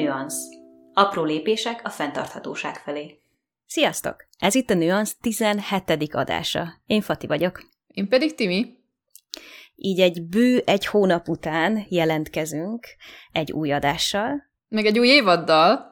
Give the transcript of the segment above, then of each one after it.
Nüansz. Apró lépések a fenntarthatóság felé. Sziasztok! Ez itt a Nüansz 17. adása. Én Fati vagyok. Én pedig Timi. Így egy hónap után jelentkezünk egy új adással. Meg egy új évaddal.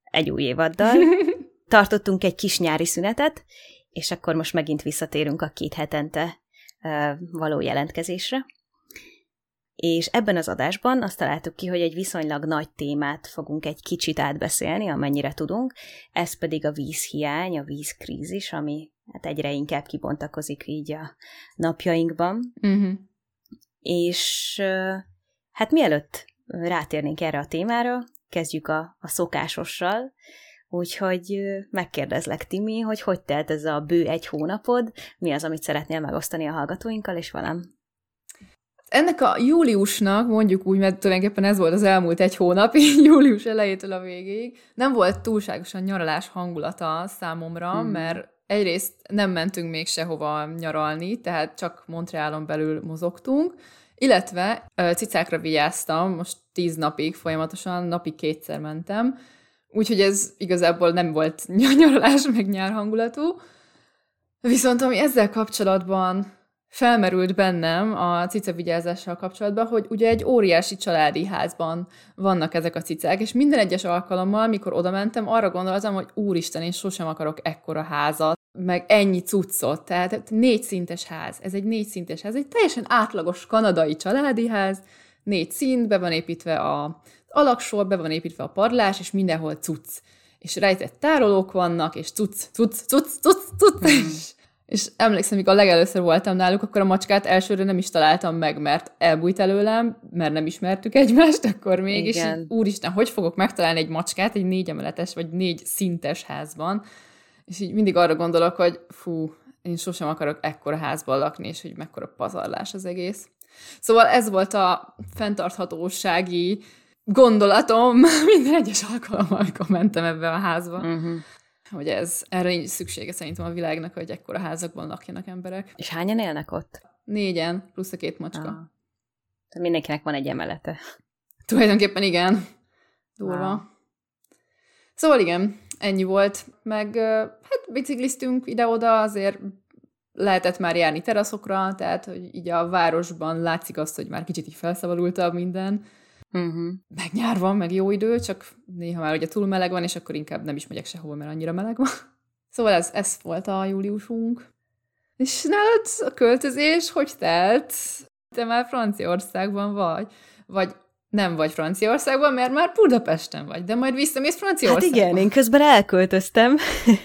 Tartottunk egy kis nyári szünetet, és akkor most megint visszatérünk a 2 hetente való jelentkezésre. És ebben az adásban azt találtuk ki, hogy egy viszonylag nagy témát fogunk egy kicsit átbeszélni, amennyire tudunk, ez pedig a vízhiány, a vízkrízis, ami hát egyre inkább kibontakozik így a napjainkban. Uh-huh. És hát mielőtt rátérnénk erre a témára, kezdjük a szokásossal, úgyhogy megkérdezlek, Timi, hogy telt ez a bő 1 hónapod, mi az, amit szeretnél megosztani a hallgatóinkkal és velem? Ennek a júliusnak, mondjuk úgy, mert tulajdonképpen ez volt az elmúlt 1 hónap, július elejétől a végéig, nem volt túlságosan nyaralás hangulata számomra, mert egyrészt nem mentünk még sehova nyaralni, tehát csak Montrealon belül mozogtunk, illetve cicákra vigyáztam, most 10 napig folyamatosan, napi 2-szer mentem, úgyhogy ez igazából nem volt nyaralás, meg nyárhangulatú. Viszont ami ezzel kapcsolatban felmerült bennem a cicavigyázással kapcsolatban, hogy ugye egy óriási családi házban vannak ezek a cicák, és minden egyes alkalommal, mikor oda mentem, arra gondoltam, hogy úristen, én sosem akarok ekkora házat, meg ennyi cuccot, tehát 4 szintes ház. Ez egy 4 szintes ház, egy teljesen átlagos kanadai családi ház, 4 szint, be van építve az alaksor, be van építve a padlás, és mindenhol cucc. És rejtett tárolók vannak, és cucc. És emlékszem, amikor legelőször voltam náluk, akkor a macskát elsőre nem is találtam meg, mert elbújt előlem, mert nem ismertük egymást, akkor még, és úristen, hogy fogok megtalálni egy macskát egy 4 emeletes, vagy 4 szintes házban, és így mindig arra gondolok, hogy én sosem akarok ekkora házban lakni, és hogy mekkora pazarlás az egész. Szóval ez volt a fenntarthatósági gondolatom minden egyes alkalommal, amikor mentem ebbe a házba. Uh-huh. Hogy erre nincs szüksége szerintem a világnak, hogy ekkora házakban lakjanak emberek. És hányan élnek ott? 4-en, plusz a 2 macska. Tehát mindenkinek van egy emelete. Tulajdonképpen igen. Durva. Szóval igen, ennyi volt. Meg hát bicikliztünk ide-oda, azért lehetett már járni teraszokra, tehát hogy így a városban látszik azt, hogy már kicsit így felszabadultabb minden. Uh-huh. Meg nyár van, meg jó idő, csak néha már ugye túl meleg van, és akkor inkább nem is megyek sehova, mert annyira meleg van. Szóval ez volt a júliusunk. És nálad a költözés hogy telt? Te már Franciaországban vagy? Vagy nem vagy Franciaországban, mert már Budapesten vagy, de majd visszamész Franciaországba. Hát igen, én közben elköltöztem.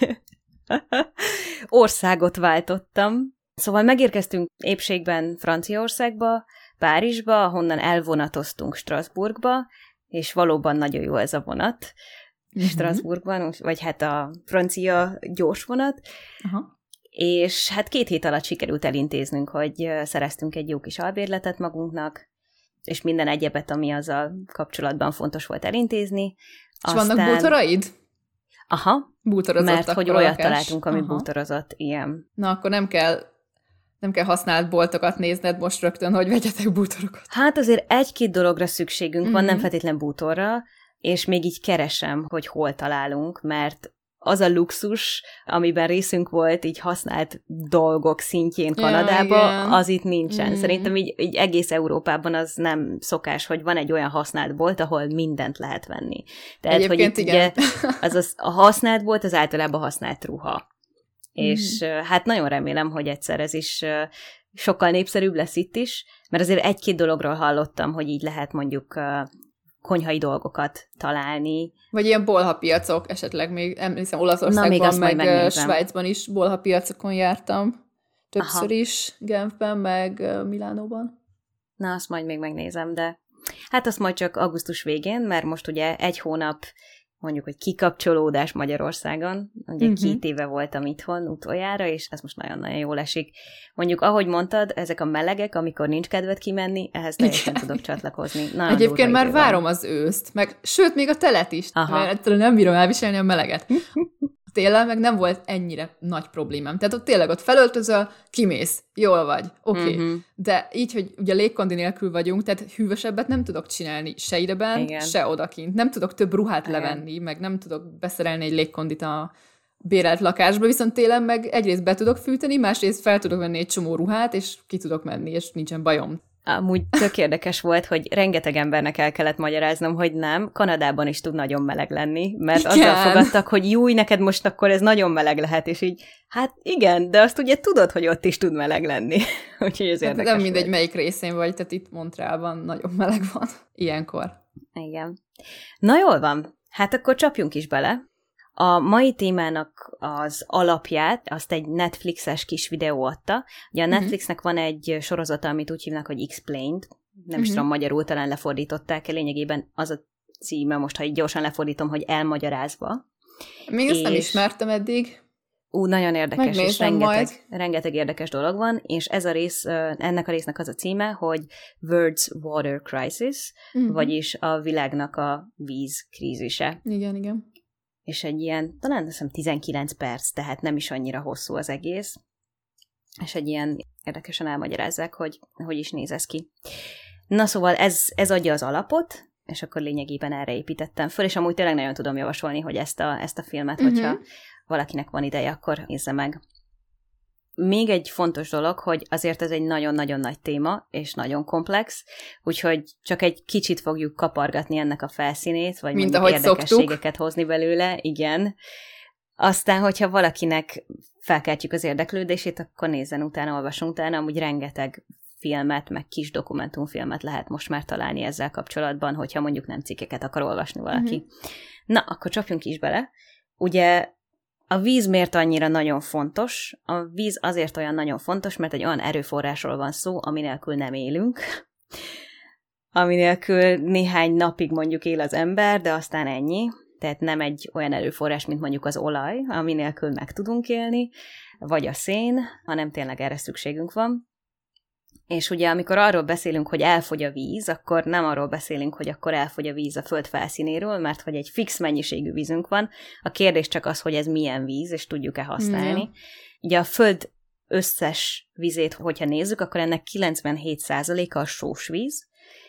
Országot váltottam. Szóval megérkeztünk épségben Franciaországba, Párizsba, ahonnan elvonatoztunk Strasbourgba, és valóban nagyon jó ez a vonat Strasbourgban, vagy hát a francia gyors vonat, és hát 2 hét alatt sikerült elintéznünk, hogy szereztünk egy jó kis albérletet magunknak, és minden egyebet, ami azzal kapcsolatban fontos volt elintézni. És vannak bútoraid? Aha, mert hogy olyat találtunk, ami bútorozott, ilyen. Na, akkor nem kell használt boltokat nézned most rögtön, hogy vegyetek bútorokat. Hát azért 1-2 dologra szükségünk van, nem feltétlen bútorra, és még így keresem, hogy hol találunk, mert az a luxus, amiben részünk volt így használt dolgok szintjén Kanadában, az itt nincsen. Szerintem így egész Európában az nem szokás, hogy van egy olyan használt bolt, ahol mindent lehet venni. Tehát, hogy itt ugye a használt bolt az általában használt ruha. És hát nagyon remélem, hogy egyszer ez is sokkal népszerűbb lesz itt is, mert azért 1-2 dologról hallottam, hogy így lehet mondjuk konyhai dolgokat találni. Vagy ilyen bolhapiacok, esetleg még emlékszem Olaszországban, meg Svájcban is bolhapiacokon jártam. Többször is, Genfben, meg Milánóban. Na, azt majd még megnézem, de hát azt majd csak augusztus végén, mert most ugye 1 hónap mondjuk, hogy kikapcsolódás Magyarországon. Ugye 2 éve voltam itthon utoljára, és ez most nagyon-nagyon jól esik. Mondjuk, ahogy mondtad, ezek a melegek, amikor nincs kedved kimenni, ehhez teljesen tudok csatlakozni. Nagyon egyébként már várom az őszt, meg sőt, még a telet is, mert egyszerűen nem bírom elviselni a meleget. télen meg nem volt ennyire nagy problémám. Tehát ott tényleg ott felöltözöl, kimész, jól vagy, oké. De így, hogy ugye légkondi nélkül vagyunk, tehát hűvösebbet nem tudok csinálni se ideben, se odakint. Nem tudok több ruhát levenni, meg nem tudok beszerelni egy légkondit a bérelt lakásba, viszont télen meg egyrészt be tudok fűteni, másrészt fel tudok venni egy csomó ruhát, és ki tudok menni, és nincsen bajom. Amúgy tök érdekes volt, hogy rengeteg embernek el kellett magyaráznom, hogy nem, Kanadában is tud nagyon meleg lenni, mert azzal fogadtak, hogy júj, neked most akkor ez nagyon meleg lehet, és így, hát igen, de azt ugye tudod, hogy ott is tud meleg lenni. Úgyhogy ez érdekes nem mindegy, volt. melyik részén vagy, tehát itt Montrealban nagyon meleg van ilyenkor. Igen. Na jól van, hát akkor csapjunk is bele. A mai témának az alapját azt egy Netflixes kis videó adta. Ugye a Netflixnek van egy sorozata, amit úgy hívnak, hogy Explained. Nem is tudom, magyarul talán lefordították, lényegében az a címe, most ha így gyorsan lefordítom, hogy Elmagyarázva. Még ezt nem ismertem eddig. Nagyon érdekes, megnézem és rengeteg érdekes dolog van, és ez a rész, ennek a résznek az a címe, hogy World's Water Crisis, vagyis a világnak a vízkrízise. Igen. És egy ilyen, talán azt hiszem 19 perc, tehát nem is annyira hosszú az egész, és egy ilyen érdekesen elmagyarázzák, hogy is néz ez ki. Na szóval ez adja az alapot, és akkor lényegében erre építettem föl, és amúgy tényleg nagyon tudom javasolni, hogy ezt a filmet, hogyha valakinek van ideje, akkor nézze meg. Még egy fontos dolog, hogy azért ez egy nagyon-nagyon nagy téma, és nagyon komplex, úgyhogy csak egy kicsit fogjuk kapargatni ennek a felszínét, vagy mint mondjuk érdekességeket szoktuk. hozni belőle, igen. Aztán, hogyha valakinek felkeltjük az érdeklődését, akkor nézzen utána, olvasson utána, amúgy rengeteg filmet, meg kis dokumentumfilmet lehet most már találni ezzel kapcsolatban, hogyha mondjuk nem cikkeket akar olvasni valaki. Na, akkor csapjunk is bele. Ugye a víz miért annyira nagyon fontos? A víz azért olyan nagyon fontos, mert egy olyan erőforrásról van szó, ami nélkül nem élünk, ami nélkül néhány napig mondjuk él az ember, de aztán ennyi. Tehát nem egy olyan erőforrás, mint mondjuk az olaj, ami nélkül meg tudunk élni, vagy a szén, hanem tényleg erre szükségünk van. És ugye amikor arról beszélünk, hogy elfogy a víz, akkor nem arról beszélünk, hogy akkor elfogy a víz a föld felszínéről, mert hogy egy fix mennyiségű vízünk van. A kérdés csak az, hogy ez milyen víz, és tudjuk-e használni. Ugye a föld összes vízét, hogyha nézzük, akkor ennek 97%-a a sós víz,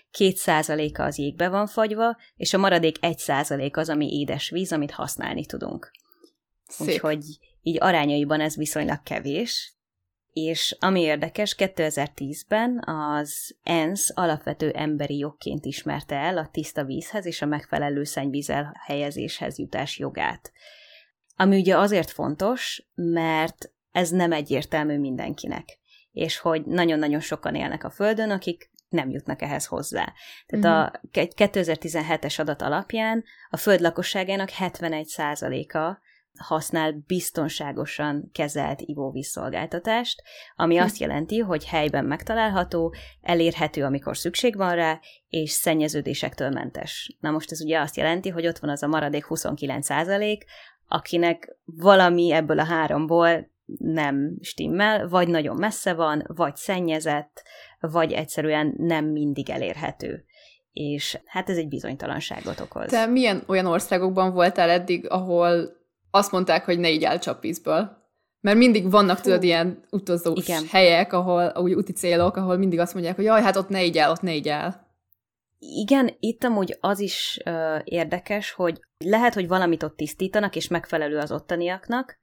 2%-a az jégbe van fagyva, és a maradék 1% az, ami édes víz, amit használni tudunk. Szép. Úgyhogy így arányaiban ez viszonylag kevés. És ami érdekes, 2010-ben az ENSZ alapvető emberi jogként ismerte el a tiszta vízhez és a megfelelő szennyvíz elhelyezéshez jutás jogát. Ami ugye azért fontos, mert ez nem egyértelmű mindenkinek, és hogy nagyon-nagyon sokan élnek a Földön, akik nem jutnak ehhez hozzá. Tehát a 2017-es adat alapján a Föld lakosságának 71%-a használ biztonságosan kezelt ivóvízszolgáltatást, ami azt jelenti, hogy helyben megtalálható, elérhető, amikor szükség van rá, és szennyeződésektől mentes. Na most ez ugye azt jelenti, hogy ott van az a maradék 29%, akinek valami ebből a háromból nem stimmel, vagy nagyon messze van, vagy szennyezett, vagy egyszerűen nem mindig elérhető. És hát ez egy bizonytalanságot okoz. Te milyen olyan országokban voltál eddig, ahol azt mondták, hogy ne igyál csapvízből? Mert mindig vannak tudod ilyen utazós helyek, ahol úgy úti célok, ahol mindig azt mondják, hogy jaj, hát ott ne igyál. Igen, itt amúgy az is érdekes, hogy lehet, hogy valamit ott tisztítanak, és megfelelő az ottaniaknak,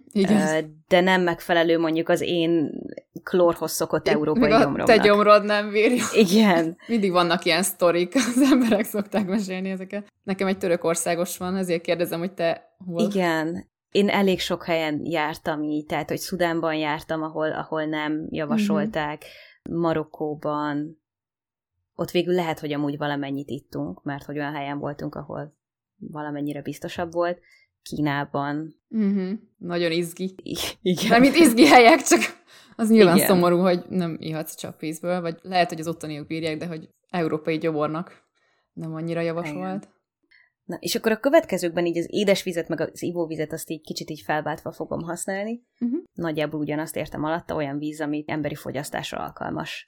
de nem megfelelő mondjuk az én klórhoz szokott európai gyomromnak. Te gyomrod nem bírja. Igen. Mindig vannak ilyen sztorik, az emberek szokták mesélni ezeket. Nekem egy törökországos van, ezért kérdezem, hogy te hol? Igen. Én elég sok helyen jártam így, tehát, hogy Szudánban jártam, ahol nem javasolták, Marokkóban. Ott végül lehet, hogy amúgy valamennyit ittunk, mert hogy olyan helyen voltunk, ahol valamennyire biztosabb volt. Kínában. Nagyon izgi. Igen. Nem itt izgi helyek, csak az nyilván szomorú, hogy nem ihatsz csapvízből, vagy lehet, hogy az ottaniak bírják, de hogy európai gyobornak nem annyira javasolt. Igen. Na, és akkor a következőkben így az édesvizet, meg az ivóvizet azt így kicsit így felváltva fogom használni. Nagyjából ugyanazt értem alatta, olyan víz, ami emberi fogyasztásra alkalmas.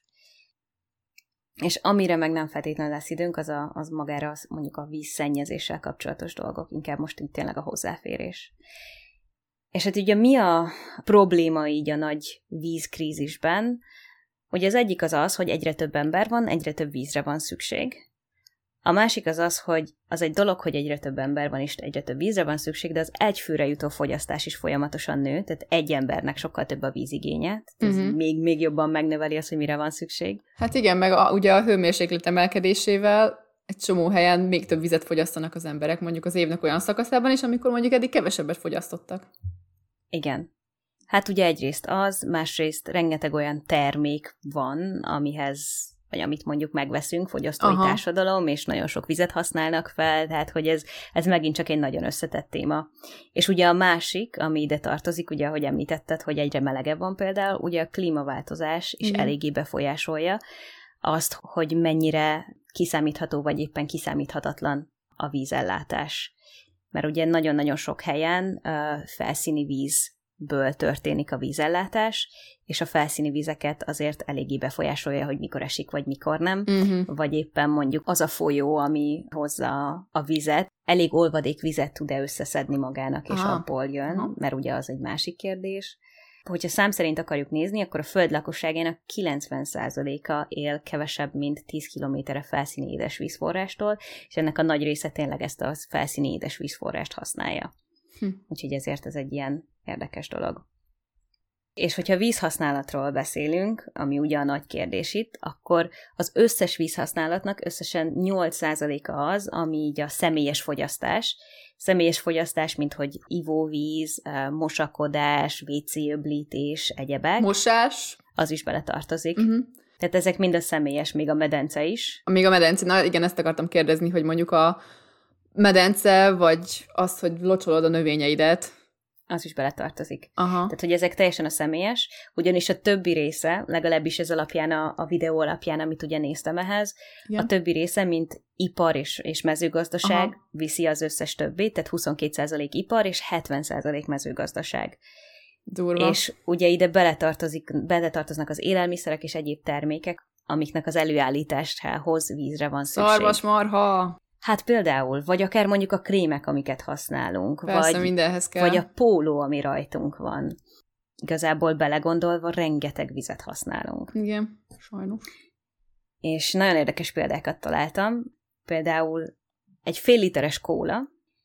És amire meg nem feltétlenül lesz időnk, az magára mondjuk a vízszennyezéssel kapcsolatos dolgok, inkább most így tényleg a hozzáférés. És hát ugye mi a probléma így a nagy vízkrízisben? Ugye az egyik az, hogy egyre több ember van, egyre több vízre van szükség. A másik az, hogy az egy dolog, hogy egyre több ember van, és egyre több vízre van szükség, de az egy főre jutó fogyasztás is folyamatosan nő, tehát egy embernek sokkal több a vízigénye. Ez még jobban megnöveli azt, hogy mire van szükség. Hát igen, meg ugye a hőmérséklet emelkedésével egy csomó helyen még több vizet fogyasztanak az emberek, mondjuk az évnek olyan szakaszában is, amikor mondjuk eddig kevesebbet fogyasztottak. Igen. Hát ugye egyrészt az, másrészt rengeteg olyan termék van, amihez, vagy amit mondjuk megveszünk, fogyasztói társadalom, és nagyon sok vizet használnak fel, tehát hogy ez megint csak egy nagyon összetett téma. És ugye a másik, ami ide tartozik, ugye ahogy említetted, hogy egyre melegebb van például, ugye a klímaváltozás is eléggé befolyásolja azt, hogy mennyire kiszámítható, vagy éppen kiszámíthatatlan a vízellátás. Mert ugye nagyon-nagyon sok helyen felszíni vízből történik a vízellátás, és a felszíni vizeket azért eléggé befolyásolja, hogy mikor esik, vagy mikor nem, vagy éppen mondjuk az a folyó, ami hozza a vizet, elég olvadék vizet tud-e összeszedni magának, és abból jön, mert ugye az egy másik kérdés. Hogyha szám szerint akarjuk nézni, akkor a föld lakosságának 90%-a él kevesebb, mint 10 kilométerre felszíni édesvízforrástól, és ennek a nagy része tényleg ezt a felszíni édesvízforrást használja. Úgyhogy ezért ez egy ilyen érdekes dolog. És hogyha vízhasználatról beszélünk, ami ugye a nagy kérdés itt, akkor az összes vízhasználatnak összesen 8%-a az, ami így a személyes fogyasztás. Személyes fogyasztás, mint hogy ivóvíz, mosakodás, WC-öblítés, egyebek. Mosás. Az is beletartozik. Tehát ezek mind a személyes, még a medence is. Még a medence, na igen, ezt akartam kérdezni, hogy mondjuk a medence, vagy az, hogy locsolod a növényeidet, az is beletartozik. Tehát, hogy ezek teljesen a személyes, ugyanis a többi része, legalábbis ez alapján a videó alapján, amit ugye néztem ehhez, a többi része, mint ipar és mezőgazdaság viszi az összes többit, tehát 22% ipar és 70% mezőgazdaság. Durva. És ugye ide beletartoznak az élelmiszerek és egyéb termékek, amiknek az előállításához vízre van szükség. Szarvasmarha! Hát például, vagy akár mondjuk a krémek, amiket használunk. Persze, mindenhez kell. Vagy a póló, ami rajtunk van. Igazából belegondolva rengeteg vizet használunk. Igen, sajnos. És nagyon érdekes példákat találtam. Például egy fél literes kóla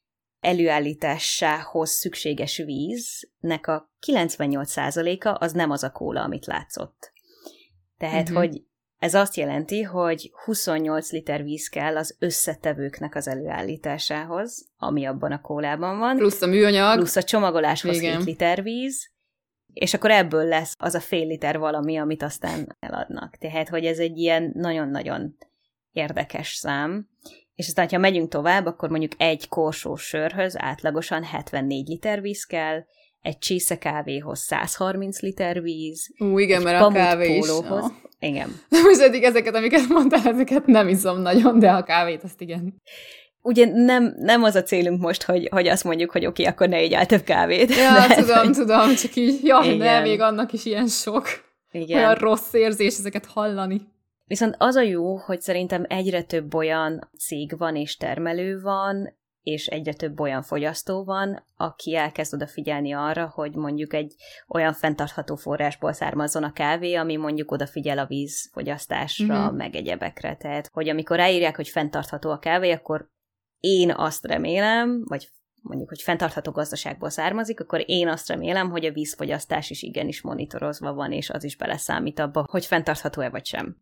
előállításához szükséges víznek a 98%-a az nem az a kóla, amit látszott. Tehát, hogy ez azt jelenti, hogy 28 liter víz kell az összetevőknek az előállításához, ami abban a kólában van. Plusz a műanyag. Plusz a csomagoláshoz 7 liter víz, és akkor ebből lesz az a fél liter valami, amit aztán eladnak. Tehát, hogy ez egy ilyen nagyon-nagyon érdekes szám. És aztán, ha megyünk tovább, akkor mondjuk egy korsós sörhöz átlagosan 74 liter víz kell, egy csésze kávéhoz 130 liter víz. Igen, mert a kávé is. Igen. Most eddig ezeket, amiket mondtál, ezeket nem iszom nagyon, de a kávét, azt igen. Ugye nem az a célunk most, hogy azt mondjuk, hogy oké, akkor ne igyál több kávét. Ja, tudom, csak így, de még annak is ilyen sok. Igen. Olyan rossz érzés ezeket hallani. Viszont az a jó, hogy szerintem egyre több olyan cég van és termelő van, és egyre több olyan fogyasztó van, aki elkezd odafigyelni arra, hogy mondjuk egy olyan fenntartható forrásból származzon a kávé, ami mondjuk odafigyel a vízfogyasztásra, meg egyebekre. Tehát, hogy amikor ráírják, hogy fenntartható a kávé, akkor én azt remélem, vagy mondjuk, hogy fenntartható gazdaságból származik, akkor én azt remélem, hogy a vízfogyasztás is igenis monitorozva van, és az is beleszámít abba, hogy fenntartható-e vagy sem.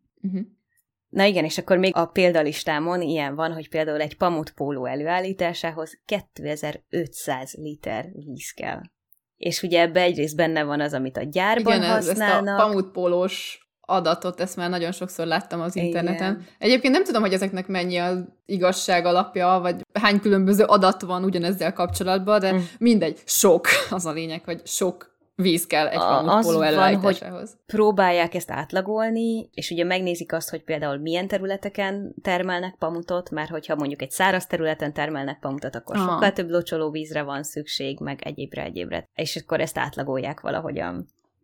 Na igen, és akkor még a példalistámon ilyen van, hogy például egy pamutpóló előállításához 2500 liter víz kell. És ugye ebbe egyrészt benne van az, amit a gyárban használnak. Ezt a pamutpólós adatot, ezt már nagyon sokszor láttam az interneten. Igen. Egyébként nem tudom, hogy ezeknek mennyi az igazság alapja, vagy hány különböző adat van ugyanezzel kapcsolatban, de mindegy, sok az a lényeg, hogy sok víz kell egy pamutpóló előállításához. Hogy próbálják ezt átlagolni, és ugye megnézik azt, hogy például milyen területeken termelnek pamutot, mert hogyha mondjuk egy száraz területen termelnek pamutot, akkor sokkal több locsolóvízre van szükség, meg egyébre. És akkor ezt átlagolják valahogyan.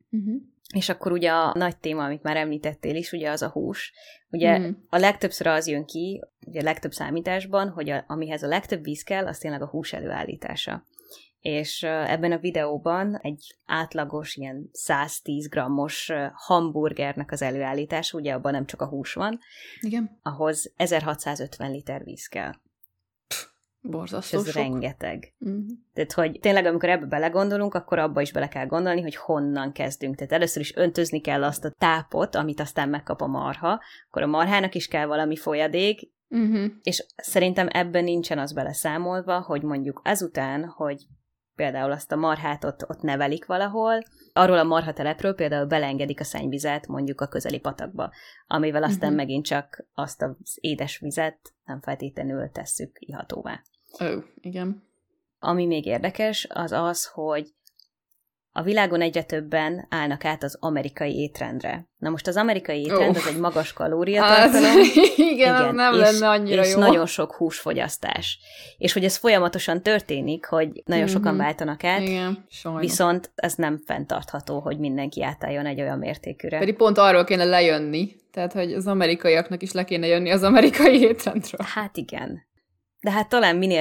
És akkor ugye a nagy téma, amit már említettél is, ugye az a hús. Ugye a legtöbbször az jön ki, ugye a legtöbb számításban, hogy amihez a legtöbb víz kell, az tényleg a hús előállítása. és ebben a videóban egy átlagos, ilyen 110 grammos hamburgernek az előállítása, ugye abban nem csak a hús van, Igen. ahhoz 1650 liter víz kell. Borzasztó ez sok. rengeteg. Tehát, hogy tényleg, amikor ebbe belegondolunk, akkor abba is bele kell gondolni, hogy honnan kezdünk. Tehát először is öntözni kell azt a tápot, amit aztán megkap a marha, akkor a marhának is kell valami folyadék, és szerintem ebben nincsen az beleszámolva, hogy mondjuk azután, hogy például azt a marhát ott nevelik valahol, arról a marhatelepről például beleengedik a szennyvizet mondjuk a közeli patakba, amivel aztán megint csak azt az édes vizet nem feltétlenül tesszük ihatóvá. Igen. Ami még érdekes, az az, hogy a világon egyre többen állnak át az amerikai étrendre. Na most az amerikai étrend az egy magas kalóriatartalom. Igen, az nem lenne annyira és jó. nagyon sok húsfogyasztás. És hogy ez folyamatosan történik, hogy nagyon sokan váltanak át, Igen, viszont ez nem fenntartható, hogy mindenki átálljon egy olyan mértékűre. Pedig pont arról kéne lejönni, tehát hogy az amerikaiaknak is le kéne jönni az amerikai étrendről. Hát igen. De hát talán minél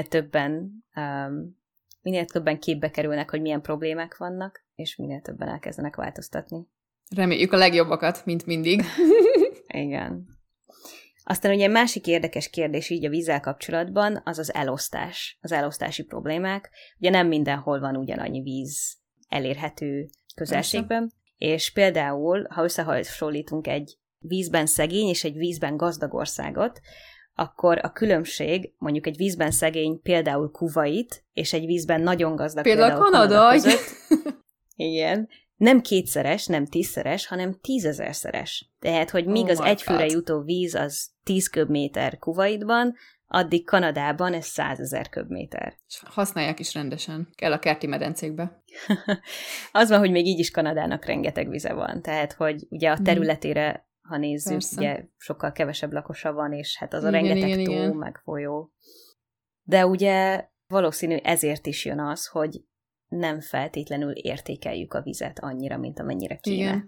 többen képbe kerülnek, hogy milyen problémák vannak, és minél többen elkezdenek változtatni. Reméljük a legjobbakat, mint mindig. Igen. Aztán ugye egy másik érdekes kérdés így a vízzel kapcsolatban, az az elosztás, az elosztási problémák. Ugye nem mindenhol van ugyanannyi víz elérhető közelségben, és például, ha összehasonlítunk egy vízben szegény és egy vízben gazdag országot, akkor a különbség, mondjuk egy vízben szegény például Kuvait, és egy vízben nagyon gazdag például Kanada között. Igen. Nem 2-szeres, nem 10-szeres, hanem 10 000-szeres. Tehát, hogy míg az egyfőre jutó víz az 10 köbméter Kuwaitban, addig Kanadában ez 100 000 köbméter. És használják is rendesen. Kell a kerti medencékbe. Az van, hogy még így is Kanadának rengeteg vize van. Tehát, hogy ugye a területére, ha nézzük, ugye sokkal kevesebb lakosa van, és hát az a rengeteg tó, meg folyó. De ugye valószínű ezért is jön az, hogy nem feltétlenül értékeljük a vizet annyira, mint amennyire kéne. Igen.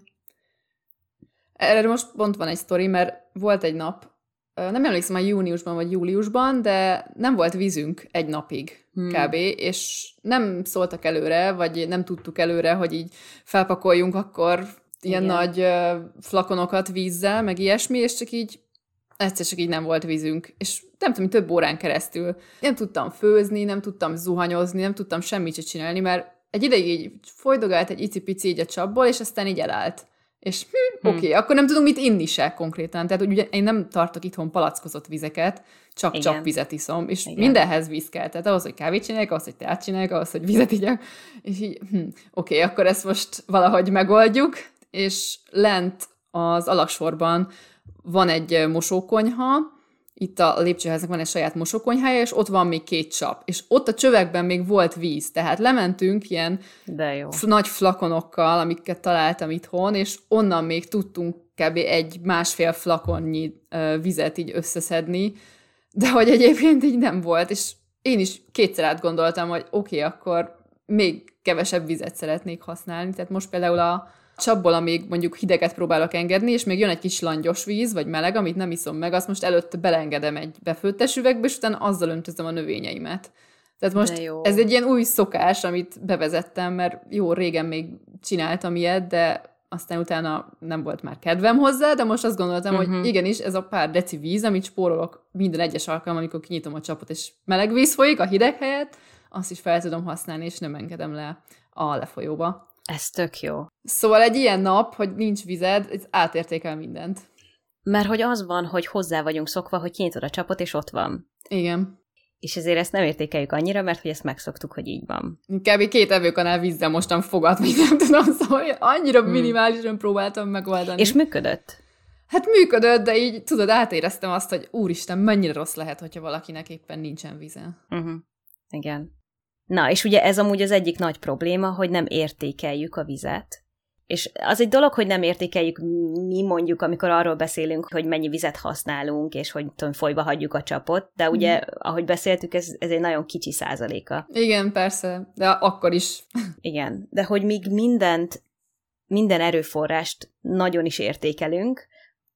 Erre most pont van egy sztori, mert volt egy nap, nem emlékszem, a júniusban vagy júliusban, de nem volt vízünk egy napig kb. És nem szóltak előre, vagy nem tudtuk előre, hogy így felpakoljunk akkor ilyen nagy flakonokat vízzel, meg ilyesmi, és csak így egyszer csak így nem volt vízünk. És nem tudom, több órán keresztül nem tudtam főzni, nem tudtam zuhanyozni, nem tudtam semmit se csinálni, mert egy ideig így folydogált egy icipici így a csapból, és aztán így elállt. És oké, akkor nem tudunk mit inni se konkrétan. Tehát ugye én nem tartok itthon palackozott vizeket, csak csapvizet iszom, és mindenhez víz kell. Tehát ahhoz, hogy kávét csinálják, ahhoz, hogy teát csinálják, ahhoz, hogy vizet igyak. És így, oké, akkor ezt most valahogy megoldjuk, és lent az alagsorban van egy mosókonyha, itt a lépcsőháznak van egy saját mosókonyhája, és ott van még 2 csap. És ott a csövekben még volt víz, tehát lementünk ilyen nagy flakonokkal, amiket találtam itthon, és onnan még tudtunk kb. 1,5 flakonnyi vizet így összeszedni, de hogy egyébként így nem volt, és én is 2-szer átgondoltam, hogy oké, akkor még kevesebb vizet szeretnék használni, tehát most például a csapból, amíg mondjuk hideget próbálok engedni, és még jön egy kis langyos víz, vagy meleg, amit nem iszom meg, azt most előtte beleengedem egy befőttes üvegbe, és utána azzal öntözöm a növényeimet. Tehát most ez egy ilyen új szokás, amit bevezettem, mert jó, régen még csináltam ilyet, de aztán utána nem volt már kedvem hozzá, de most azt gondoltam, hogy igenis, ez a pár deci víz, amit spórolok minden egyes alkalommal, amikor kinyitom a csapot, és meleg víz folyik a hideg helyett, azt is fel tudom használni, és nem engedem le a lefolyóba. Ez tök jó. Szóval egy ilyen nap, hogy nincs vized, ez átértékel mindent. Mert hogy az van, hogy hozzá vagyunk szokva, hogy kinyitod a csapot, és ott van. Igen. És ezért ezt nem értékeljük annyira, mert hogy ezt megszoktuk, hogy így van. Kb. 2 evőkanál vízzel mostan fogadni, nem tudom, szóval annyira minimálisan próbáltam megoldani. És működött? Hát működött, de így, tudod, átéreztem azt, hogy úristen, mennyire rossz lehet, hogyha valakinek éppen nincsen víze. Igen. Na, és ugye ez amúgy az egyik nagy probléma, hogy nem értékeljük a vizet. És az egy dolog, hogy nem értékeljük mi mondjuk, amikor arról beszélünk, hogy mennyi vizet használunk, és hogy folyba hagyjuk a csapot, de ugye, ahogy beszéltük, ez egy nagyon kicsi százaléka. Igen, persze, de akkor is. Igen, de hogy míg minden erőforrást nagyon is értékelünk,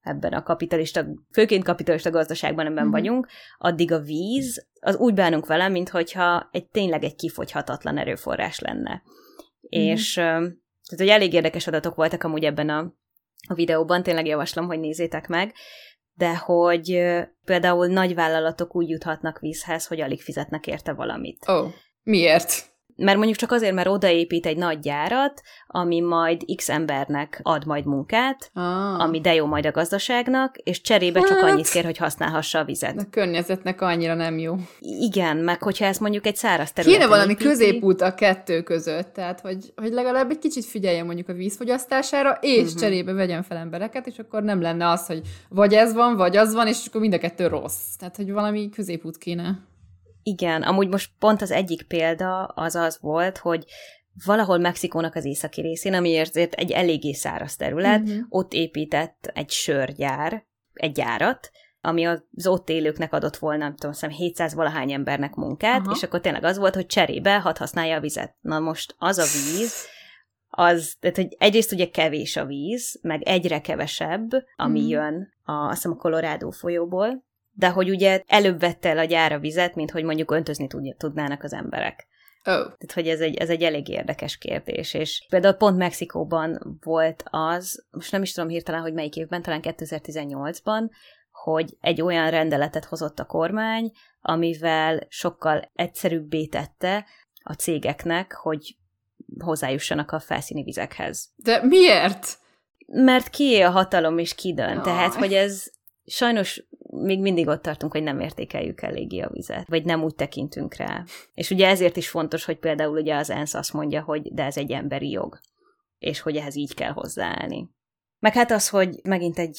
ebben a főként kapitalista gazdaságban ebben vagyunk, addig a víz, az úgy bánunk vele, minthogyha tényleg egy kifogyhatatlan erőforrás lenne. És tehát, hogy elég érdekes adatok voltak amúgy ebben a videóban, tényleg javaslom, hogy nézzétek meg, de hogy például nagy vállalatok úgy juthatnak vízhez, hogy alig fizetnek érte valamit. Miért? Mert mondjuk csak azért, mert odaépít egy nagy gyárat, ami majd X embernek ad majd munkát, ami de jó majd a gazdaságnak, és cserébe csak annyit kér, hogy használhassa a vizet. A környezetnek annyira nem jó. Igen, meg hogyha ez mondjuk egy száraz területen kéne valami középút a kettő között, tehát hogy legalább egy kicsit figyeljen mondjuk a vízfogyasztására, és cserébe vegyen fel embereket, és akkor nem lenne az, hogy vagy ez van, vagy az van, és akkor mind a kettő rossz. Tehát, hogy valami középút kéne. Igen, amúgy most pont az egyik példa az volt, hogy valahol Mexikónak az északi részén, ami azért egy eléggé száraz terület, ott épített egy sörgyár, egy gyárat, ami az ott élőknek adott volna, nem tudom, 700-valahány embernek munkát, és akkor tényleg az volt, hogy cserébe hadd használja a vizet. Na most az a víz, tehát, hogy egyrészt ugye kevés a víz, meg egyre kevesebb, ami jön azt hiszem a Colorado folyóból, de hogy ugye előbb vette el a gyár a vizet, mint hogy mondjuk öntözni tudnának az emberek. Tehát, hogy ez egy elég érdekes kérdés. És például pont Mexikóban volt az, most nem is tudom hirtelen, hogy melyik évben, talán 2018-ban, hogy egy olyan rendeletet hozott a kormány, amivel sokkal egyszerűbbé tette a cégeknek, hogy hozzájussanak a felszíni vizekhez. De miért? Mert kié a hatalom és ki dönt. Tehát, hogy ez sajnos még mindig ott tartunk, hogy nem értékeljük eléggé a vizet, vagy nem úgy tekintünk rá. És ugye ezért is fontos, hogy például ugye az ENSZ azt mondja, hogy de ez egy emberi jog, és hogy ehhez így kell hozzáállni. Meg hát az, hogy megint egy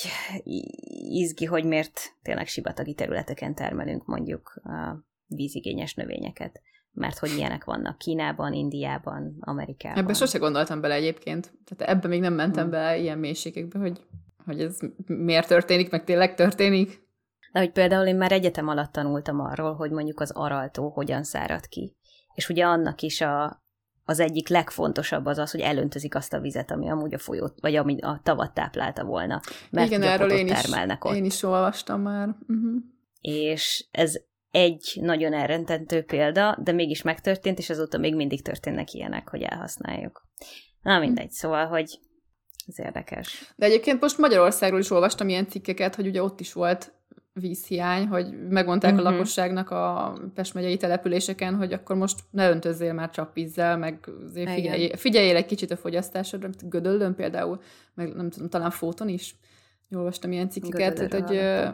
izgi, hogy miért tényleg sivatagi területeken termelünk mondjuk vízigényes növényeket. Mert hogy ilyenek vannak Kínában, Indiában, Amerikában. Ebben sose gondoltam bele egyébként. Tehát ebben még nem mentem bele ilyen mélységekbe, hogy ez miért történik, meg tényleg történik. De hogy például én már egyetem alatt tanultam arról, hogy mondjuk az Araltó hogyan szárad ki. És ugye annak is az egyik legfontosabb az, hogy elöntözik azt a vizet, ami amúgy a folyót, vagy ami a tavat táplálta volna. Mert igen, erről én is olvastam már. És ez egy nagyon elrettentő példa, de mégis megtörtént, és azóta még mindig történnek ilyenek, hogy elhasználjuk. Na mindegy, szóval, hogy ez érdekes. De egyébként most Magyarországról is olvastam ilyen cikkeket, hogy ugye ott is volt vízhiány, hogy megmondták a lakosságnak a Pest megyei településeken, hogy akkor most ne öntözzél már csapvízzel, meg figyeljél egy kicsit a fogyasztásodra, Gödöllőn például, meg nem tudom, talán Fóton is olvastam ilyen cikkeket, hogy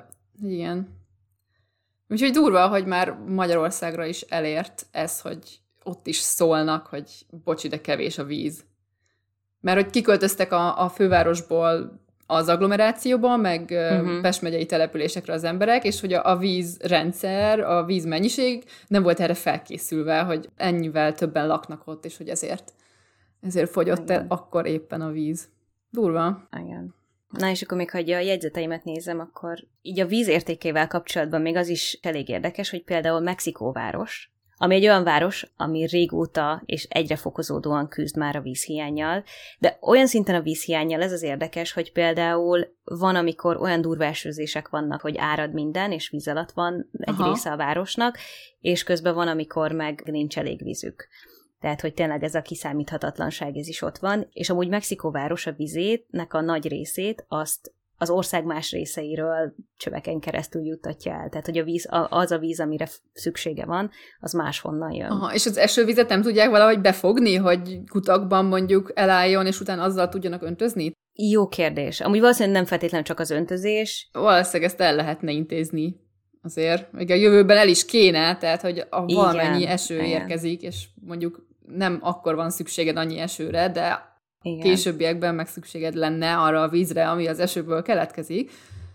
igen. Úgyhogy durva, hogy már Magyarországra is elért ez, hogy ott is szólnak, hogy bocs, de kevés a víz. Mert hogy kiköltöztek a fővárosból az agglomerációba, meg Pest megyei településekre az emberek, és hogy a vízrendszer, a vízmennyiség nem volt erre felkészülve, hogy ennyivel többen laknak ott, és hogy ezért fogyott el akkor éppen a víz. Durva. Igen. Na és akkor még, ha a jegyzeteimet nézem, akkor így a víz értékével kapcsolatban még az is elég érdekes, hogy például Mexikóváros, ami egy olyan város, ami régóta és egyre fokozódóan küzd már a vízhiánnyal, de olyan szinten a vízhiánnyal ez az érdekes, hogy például van, amikor olyan durva esőzések vannak, hogy árad minden, és víz alatt van egy része a városnak, és közben van, amikor meg nincs elég vízük. Tehát, hogy tényleg ez a kiszámíthatatlanság, ez is ott van, és amúgy Mexikóváros a vizétnek a nagy részét azt az ország más részeiről csöveken keresztül juttatja el. Tehát, hogy az a víz, amire szüksége van, az máshonnan jön. Aha, és az esővizet nem tudják valahogy befogni, hogy kutakban mondjuk elálljon, és utána azzal tudjanak öntözni? Jó kérdés. Amúgy valószínűleg nem feltétlenül csak az öntözés. Valószínűleg ezt el lehetne intézni azért. Még a jövőben el is kéne, tehát, hogy valamennyi eső érkezik, és mondjuk nem akkor van szükséged annyi esőre, de későbbiekben meg szükséged lenne arra a vízre, ami az esőből keletkezik,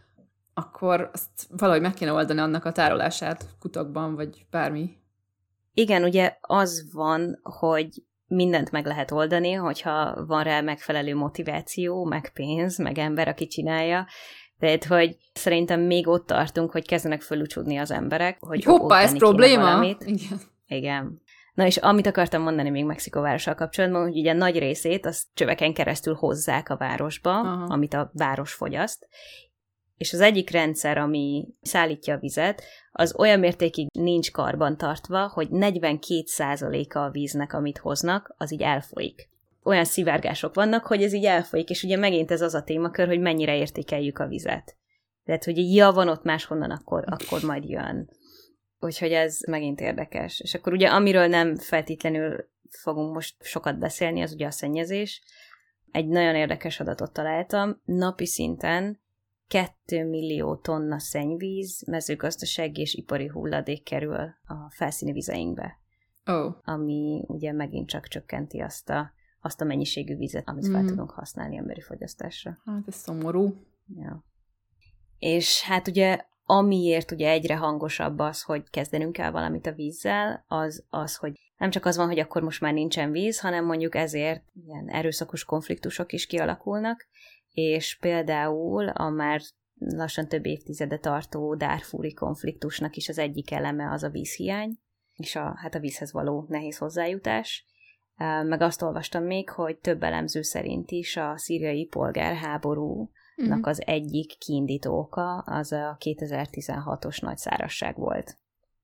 akkor azt valahogy meg kéne oldani annak a tárolását kutakban, vagy bármi. Igen, ugye az van, hogy mindent meg lehet oldani, hogyha van rá megfelelő motiváció, meg pénz, meg ember, aki csinálja. Tehát, hogy szerintem még ott tartunk, hogy kezdenek fölücsúdni az emberek, hogy hoppá, ez probléma? Igen. Na és amit akartam mondani még Mexikóvárossal kapcsolatban, hogy ugye nagy részét azt csöveken keresztül hozzák a városba, amit a város fogyaszt, és az egyik rendszer, ami szállítja a vizet, az olyan mértékig nincs karban tartva, hogy 42%-a a víznek, amit hoznak, az így elfolyik. Olyan szivárgások vannak, hogy ez így elfolyik, és ugye megint ez az a témakör, hogy mennyire értékeljük a vizet. Tehát, hogy van ott máshonnan, akkor majd jön. Úgyhogy ez megint érdekes. És akkor ugye amiről nem feltétlenül fogunk most sokat beszélni, az ugye a szennyezés. Egy nagyon érdekes adatot találtam. Napi szinten 2 millió tonna szennyvíz, mezőgazdasági és ipari hulladék kerül a felszíni vizeinkbe. Ami ugye megint csak csökkenti azt a mennyiségű vizet, amit fel tudunk használni emberi fogyasztásra. Hát ez szomorú. Ja. És hát ugye amiért ugye egyre hangosabb az, hogy kezdenünk kell valamit a vízzel, az, hogy nem csak az van, hogy akkor most már nincsen víz, hanem mondjuk ezért ilyen erőszakos konfliktusok is kialakulnak, és például a már lassan több évtizede tartó Darfuri konfliktusnak is az egyik eleme az a vízhiány, és a vízhez való nehéz hozzájutás. Meg azt olvastam még, hogy több elemző szerint is a szíriai polgárháborúnak az egyik kiindító oka az a 2016-os nagy szárazság volt.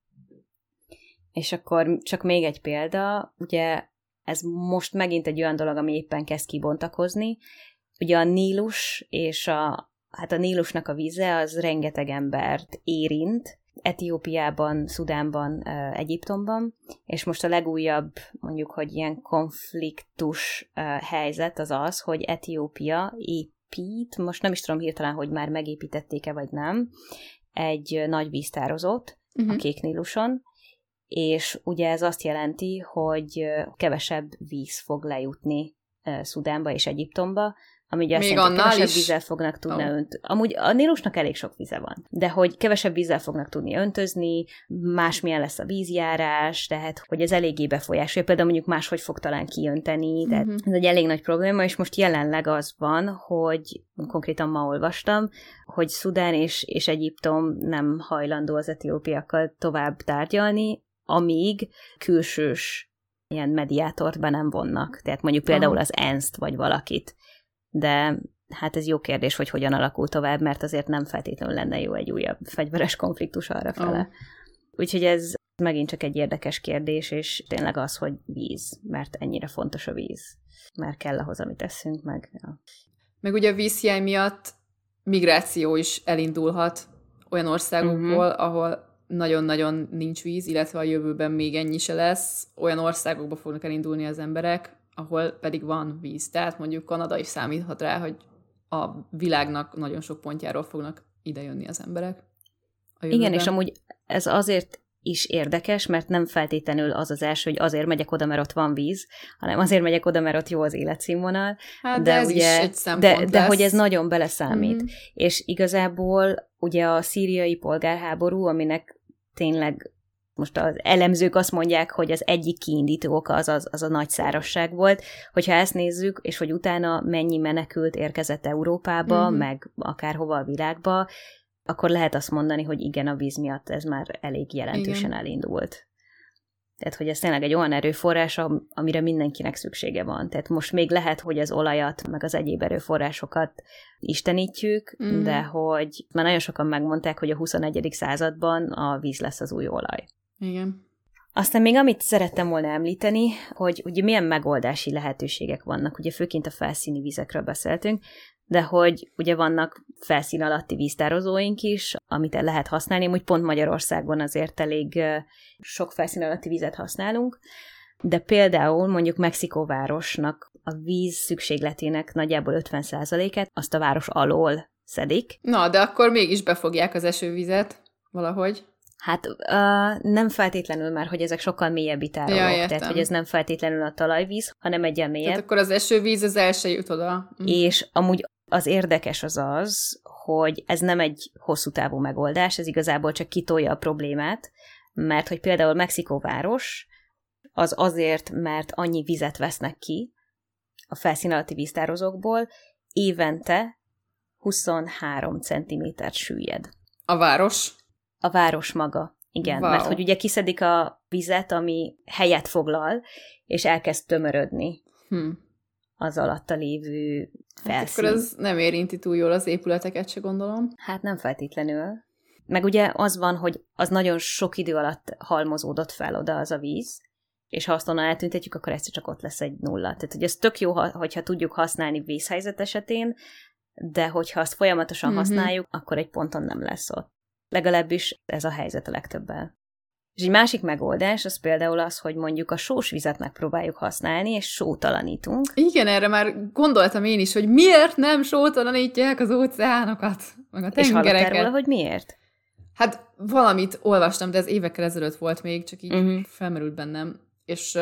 És akkor csak még egy példa, ugye ez most megint egy olyan dolog, ami éppen kezd kibontakozni. Ugye a Nílus és a Nílusnak a víze az rengeteg embert érint, Etiópiában, Szudánban, Egyiptomban, és most a legújabb, mondjuk, hogy ilyen konfliktus helyzet az, hogy Etiópia épít, most nem is tudom hirtelen, hogy már megépítették-e vagy nem, egy nagy víztározót a Kék Níluson, és ugye ez azt jelenti, hogy kevesebb víz fog lejutni Szudánba és Egyiptomba, ami ugye azt jelenti, hogy kevesebb vízzel fognak tudni öntözni. Amúgy a Nílusnak elég sok víze van, de hogy kevesebb vízzel fognak tudni öntözni, másmilyen lesz a vízjárás, tehát hogy ez eléggé befolyásolja, például mondjuk máshogy fog talán kijönteni, tehát ez egy elég nagy probléma, és most jelenleg az van, hogy konkrétan ma olvastam, hogy Szudán és Egyiptom nem hajlandó az etiópiakkal tovább tárgyalni, amíg külsős ilyen mediátort be nem vonnak. Tehát mondjuk például az ENSZ-t vagy valakit. De hát ez jó kérdés, hogy hogyan alakul tovább, mert azért nem feltétlenül lenne jó egy újabb fegyveres konfliktus arrafele. Úgyhogy ez megint csak egy érdekes kérdés, és tényleg az, hogy víz, mert ennyire fontos a víz. Mert kell ahhoz, amit eszünk, meg... Ja. Meg ugye a vízhiány miatt migráció is elindulhat olyan országokból, ahol nagyon-nagyon nincs víz, illetve a jövőben még ennyi se lesz. Olyan országokba fognak elindulni az emberek, ahol pedig van víz. Tehát mondjuk Kanada is számíthat rá, hogy a világnak nagyon sok pontjáról fognak idejönni az emberek. Igen, és amúgy ez azért is érdekes, mert nem feltétlenül az az első, hogy azért megyek oda, mert ott van víz, hanem azért megyek oda, mert ott jó az életszínvonal. Hát de ez ugye, is egy szempont de hogy ez nagyon beleszámít. És igazából ugye a szíriai polgárháború, aminek tényleg most az elemzők azt mondják, hogy az egyik kiindító oka az a nagy szárazság volt. Hogyha ezt nézzük, és hogy utána mennyi menekült érkezett Európába, meg akárhova a világba, akkor lehet azt mondani, hogy igen, a víz miatt ez már elég jelentősen elindult. Tehát, hogy ez tényleg egy olyan erőforrás, amire mindenkinek szüksége van. Tehát most még lehet, hogy az olajat, meg az egyéb erőforrásokat istenítjük, de hogy már nagyon sokan megmondták, hogy a 21. században a víz lesz az új olaj. Igen. Aztán még amit szerettem volna említeni, hogy ugye milyen megoldási lehetőségek vannak. Ugye főként a felszíni vizekről beszéltünk, de hogy ugye vannak felszín alatti víztározóink is, amit el lehet használni. Úgy pont Magyarországon azért elég sok felszín alatti vizet használunk, de például mondjuk Mexikóvárosnak a víz szükségletének nagyjából 50%-át azt a város alól szedik. Na, de akkor mégis befogják az esővizet valahogy. Hát nem feltétlenül már, hogy ezek sokkal mélyebbi tárolók, tehát hogy ez nem feltétlenül a talajvíz, hanem egyen mélyebb. Tehát akkor az esővíz az el se jut oda. És amúgy az érdekes az, hogy ez nem egy hosszú távú megoldás, ez igazából csak kitolja a problémát, mert hogy például Mexikóváros az azért, mert annyi vizet vesznek ki a felszín alatti víztározókból, évente 23 centimétert süllyed. A város? A város maga, igen. Wow. Mert hogy ugye kiszedik a vizet, ami helyet foglal, és elkezd tömörödni. az alatta lévő felszín. Akkor ez nem érinti túl jól az épületeket, se gondolom. Hát nem feltétlenül. Meg ugye az van, hogy az nagyon sok idő alatt halmozódott fel oda az a víz, és ha azt onnan eltüntetjük, akkor egyszer csak ott lesz egy nulla. Tehát, hogy ez tök jó, hogyha tudjuk használni vészhelyzet esetén, de hogyha azt folyamatosan használjuk, akkor egy ponton nem lesz ott. Legalábbis ez a helyzet a legtöbbel. És egy másik megoldás az például az, hogy mondjuk a sós vizet megpróbáljuk használni, és sótalanítunk. Igen, erre már gondoltam én is, hogy miért nem sótalanítják az óceánokat, meg a tengereket. És hallottál róla, hogy miért? Hát valamit olvastam, de ez évekkel ezelőtt volt még, csak így felmerült bennem. És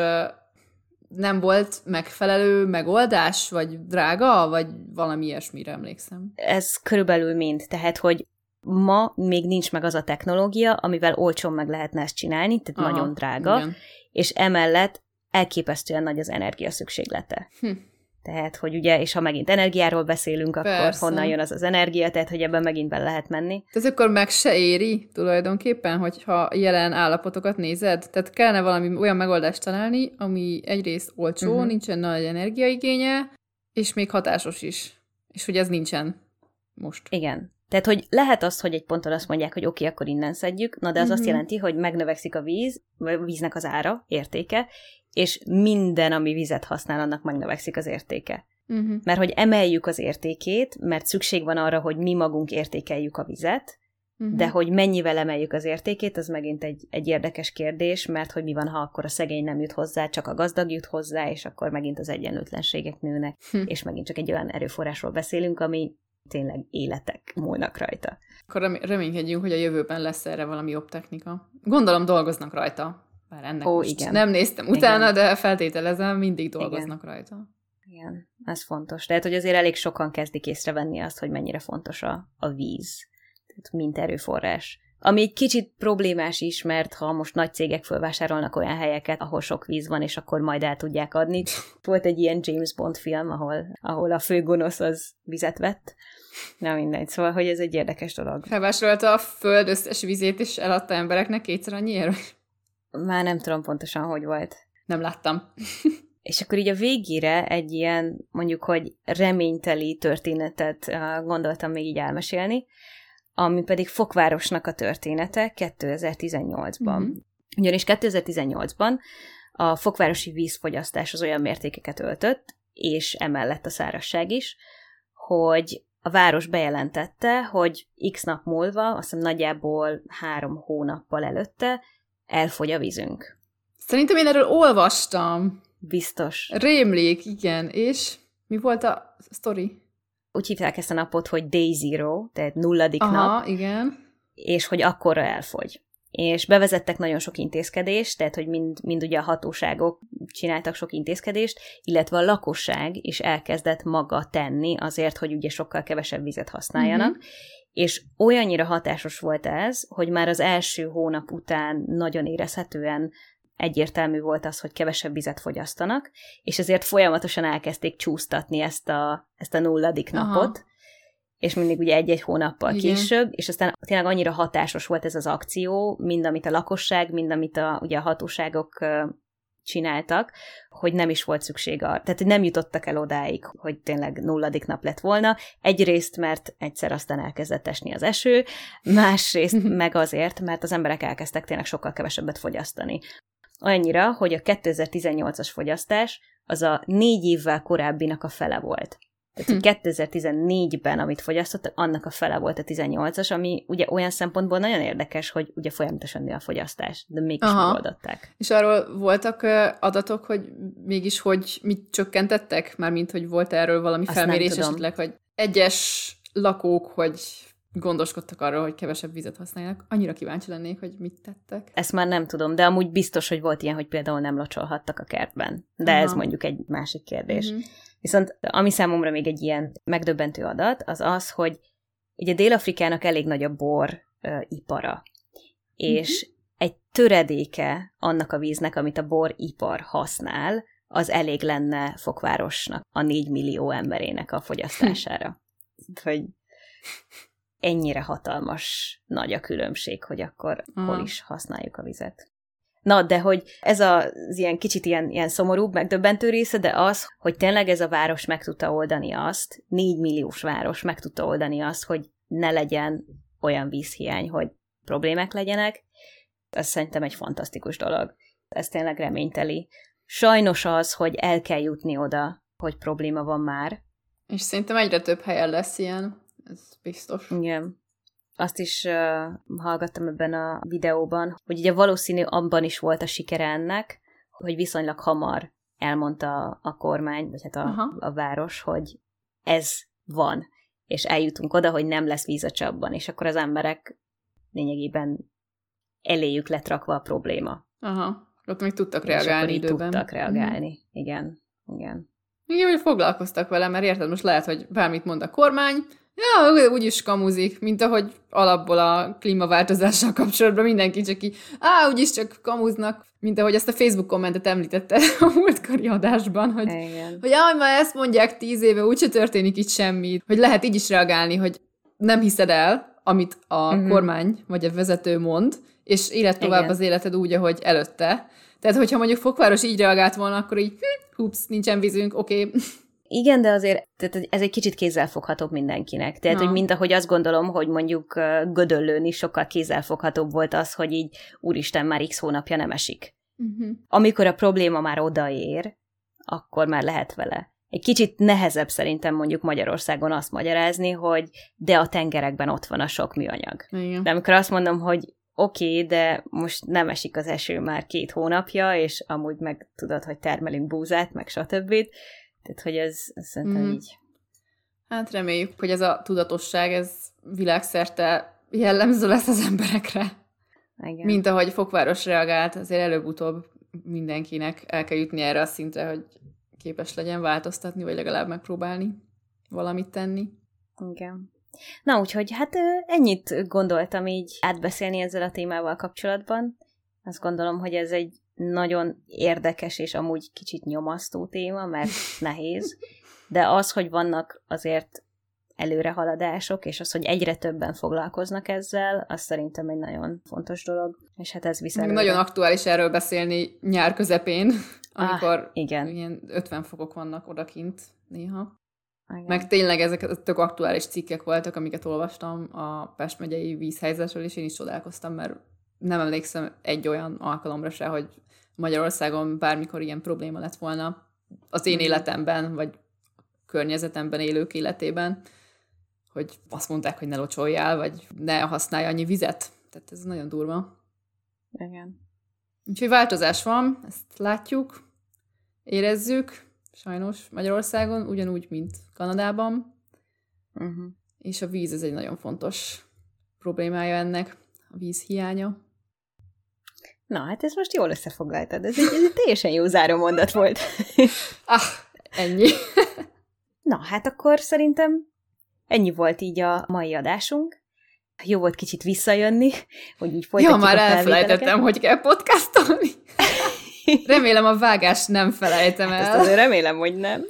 nem volt megfelelő megoldás, vagy drága, vagy valami ilyesmire emlékszem. Ez körülbelül mind. Tehát, hogy ma még nincs meg az a technológia, amivel olcsón meg lehetne ezt csinálni, tehát nagyon drága, igen. És emellett elképesztően nagy az energia szükséglete. Tehát, hogy ugye, és ha megint energiáról beszélünk, akkor persze. Honnan jön az energia, tehát, hogy ebben megint bele lehet menni. Tehát akkor meg se éri tulajdonképpen, hogyha jelen állapotokat nézed? Tehát kellene valami olyan megoldást találni, ami egyrészt olcsó, nincsen nagy energiaigénye, és még hatásos is. És hogy ez nincsen most. Igen. Tehát, hogy lehet az, hogy egy ponton azt mondják, hogy oké, akkor innen szedjük, na de az azt jelenti, hogy megnövekszik a víznek az ára, értéke, és minden, ami vizet használ, annak megnövekszik az értéke. Mert hogy emeljük az értékét, mert szükség van arra, hogy mi magunk értékeljük a vizet, de hogy mennyivel emeljük az értékét, az megint egy érdekes kérdés, mert hogy mi van, ha akkor a szegény nem jut hozzá, csak a gazdag jut hozzá, és akkor megint az egyenlőtlenségek nőnek, és megint csak egy olyan erőforrásról beszélünk, ami tényleg életek múlnak rajta. Akkor reménykedjünk, hogy a jövőben lesz erre valami jobb technika. Gondolom dolgoznak rajta. Bár ennek igen. Nem néztem utána, de feltételezem, mindig dolgoznak rajta. Igen, ez fontos. Tehát, hogy azért elég sokan kezdik észrevenni azt, hogy mennyire fontos a víz, tehát mint erőforrás. Ami egy kicsit problémás is, mert ha most nagy cégek fölvásárolnak olyan helyeket, ahol sok víz van, és akkor majd el tudják adni. Volt egy ilyen James Bond film, ahol a főgonosz az vizet vett. Na mindegy, szóval, hogy ez egy érdekes dolog. Felvásárolta a föld összes vizét, és eladta embereknek kétszer annyiért? Már nem tudom pontosan, hogy volt. Nem láttam. És akkor így a végére egy ilyen, mondjuk, hogy reményteli történetet gondoltam még így elmesélni, ami pedig Fokvárosnak a története 2018-ban. Ugyanis 2018-ban a fokvárosi vízfogyasztás az olyan mértékeket öltött, és emellett a szárazság is, hogy a város bejelentette, hogy x nap múlva, azt hiszem nagyjából 3 hónappal előtte elfogy a vízünk. Szerintem én erről olvastam. Biztos. Rémlik, igen. És mi volt a sztori? Úgy hívták ezt a napot, hogy Day Zero, tehát 0. nap. Igen. És hogy akkorra elfogy. És bevezettek nagyon sok intézkedést, tehát hogy mind ugye a hatóságok csináltak sok intézkedést, illetve a lakosság is elkezdett maga tenni azért, hogy ugye sokkal kevesebb vizet használjanak, és olyannyira hatásos volt ez, hogy már az első hónap után nagyon érezhetően egyértelmű volt az, hogy kevesebb vizet fogyasztanak, és ezért folyamatosan elkezdték csúsztatni ezt a 0. napot, és mindig ugye 1-1 hónappal később, és aztán tényleg annyira hatásos volt ez az akció, mind amit a lakosság, mind amit ugye a hatóságok csináltak, hogy nem is volt szükség arra. Tehát, hogy nem jutottak el odáig, hogy tényleg 0. nap lett volna. Egyrészt, mert egyszer aztán elkezdett esni az eső, másrészt meg azért, mert az emberek elkezdtek tényleg sokkal kevesebbet fogyasztani. Annyira, hogy a 2018-as fogyasztás az a 4 évvel korábbinak a fele volt. Tehát 2014-ben, amit fogyasztottak, annak a fele volt a 18-as, ami ugye olyan szempontból nagyon érdekes, hogy ugye folyamatosan nő a fogyasztás, de mégis megoldották. És arról voltak adatok, hogy mégis hogy mit csökkentettek? Mármint, hogy volt erről valami felmérés esetleg, hogy egyes lakók, hogy gondoskodtak arról, hogy kevesebb vizet használják. Annyira kíváncsi lennék, hogy mit tettek. Ezt már nem tudom, de amúgy biztos, hogy volt ilyen, hogy például nem locsolhattak a kertben. De ez mondjuk egy másik kérdés. Viszont ami számomra még egy ilyen megdöbbentő adat, az az, hogy ugye Dél-Afrikának elég nagy a bor ipara. És egy töredéke annak a víznek, amit a boripar használ, az elég lenne Fokvárosnak, a 4 millió emberének a fogyasztására. Hogy ennyire hatalmas nagy a különbség, hogy akkor hol is használjuk a vizet. Na, de hogy ez az ilyen kicsit ilyen szomorúbb, megdöbbentő része, de az, hogy tényleg ez a város meg tudta oldani azt, 4 milliós város meg tudta oldani azt, hogy ne legyen olyan vízhiány, hogy problémák legyenek, az szerintem egy fantasztikus dolog. Ez tényleg reményteli. Sajnos az, hogy el kell jutni oda, hogy probléma van már. És szerintem egyre több helyen lesz ilyen, ez biztos. Igen. Azt is hallgattam ebben a videóban, hogy ugye valószínű abban is volt a sikere ennek, hogy viszonylag hamar elmondta a kormány, vagy hát a város, hogy ez van, és eljutunk oda, hogy nem lesz víz a csapban, és akkor az emberek lényegében eléjük lett rakva a probléma. Aha, ott még tudtak reagálni időben. Tudtak reagálni, igen. Igen, hogy foglalkoztak vele, mert érted, most lehet, hogy bármit mond a kormány, ja, úgyis kamuzik, mint ahogy alapból a klímaváltozással kapcsolatban mindenki csak így, úgyis csak kamuznak, mint ahogy ezt a Facebook kommentet említette a múltkori adásban, hogy már ezt mondják 10 éve, úgyse történik itt semmi, hogy lehet így is reagálni, hogy nem hiszed el, amit a kormány vagy a vezető mond, és élet tovább az életed úgy, ahogy előtte. Tehát, hogyha mondjuk Fokváros így reagált volna, akkor így, nincsen vízünk, oké. Igen, de azért tehát ez egy kicsit kézzelfoghatóbb mindenkinek. Tehát, hogy mint ahogy azt gondolom, hogy mondjuk Gödöllőn is sokkal kézzelfoghatóbb volt az, hogy így úristen, már x hónapja nem esik. Amikor a probléma már odaér, akkor már lehet vele. Egy kicsit nehezebb szerintem mondjuk Magyarországon azt magyarázni, hogy de a tengerekben ott van a sok műanyag. Igen. De amikor azt mondom, hogy oké, de most nem esik az eső már 2 hónapja, és amúgy meg tudod, hogy termelünk búzát, meg stb. Tehát, hogy ez szerintem így. Hát reméljük, hogy ez a tudatosság, ez világszerte jellemző lesz az emberekre. Igen. Mint ahogy Fokváros reagált, azért előbb-utóbb mindenkinek el kell jutni erre a szintre, hogy képes legyen változtatni, vagy legalább megpróbálni valamit tenni. Igen. Na, úgyhogy hát ennyit gondoltam így átbeszélni ezzel a témával kapcsolatban. Azt gondolom, hogy ez egy nagyon érdekes és amúgy kicsit nyomasztó téma, mert nehéz, de az, hogy vannak azért előrehaladások, és az, hogy egyre többen foglalkoznak ezzel, az szerintem egy nagyon fontos dolog, és hát ez viszont... Nagyon aktuális erről beszélni nyár közepén, amikor igen. ilyen 50 fokok vannak odakint néha. Igen. Meg tényleg ezek tök aktuális cikkek voltak, amiket olvastam a Pest megyei vízhelyzetről, és én is csodálkoztam, mert nem emlékszem egy olyan alkalomra se, hogy Magyarországon bármikor ilyen probléma lett volna az én életemben, vagy környezetemben élők életében, hogy azt mondták, hogy ne locsoljál, vagy ne használj annyi vizet. Tehát ez nagyon durva. Igen. Úgyhogy változás van, ezt látjuk, érezzük, sajnos Magyarországon, ugyanúgy, mint Kanadában. És a víz, ez egy nagyon fontos problémája ennek, a víz hiánya. Na, hát ezt most jól összefoglaltad. Ez egy teljesen jó zárómondat volt. Ennyi. Na, hát akkor szerintem ennyi volt így a mai adásunk. Jó volt kicsit visszajönni, hogy így folytatjuk már elfelejtettem, hogy kell podcastolni. Remélem a vágást nem felejtem el. Ezt azért remélem, hogy nem.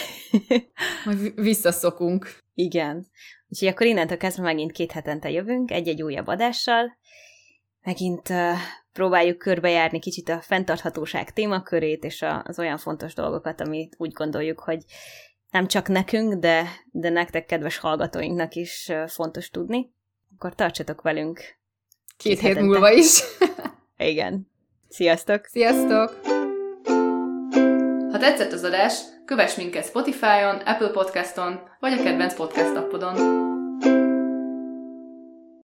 Majd visszaszokunk. Igen. Úgyhogy akkor innentől kezdve megint 2 hetente jövünk, egy-egy újabb adással. Megint próbáljuk körbejárni kicsit a fenntarthatóság témakörét, és az olyan fontos dolgokat, amit úgy gondoljuk, hogy nem csak nekünk, de nektek, kedves hallgatóinknak is fontos tudni. Akkor tartsatok velünk 2 hét múlva is. Igen. Sziasztok! Sziasztok! Ha tetszett az adás, kövess minket Spotify-on, Apple Podcaston, vagy a kedvenc podcast appodon.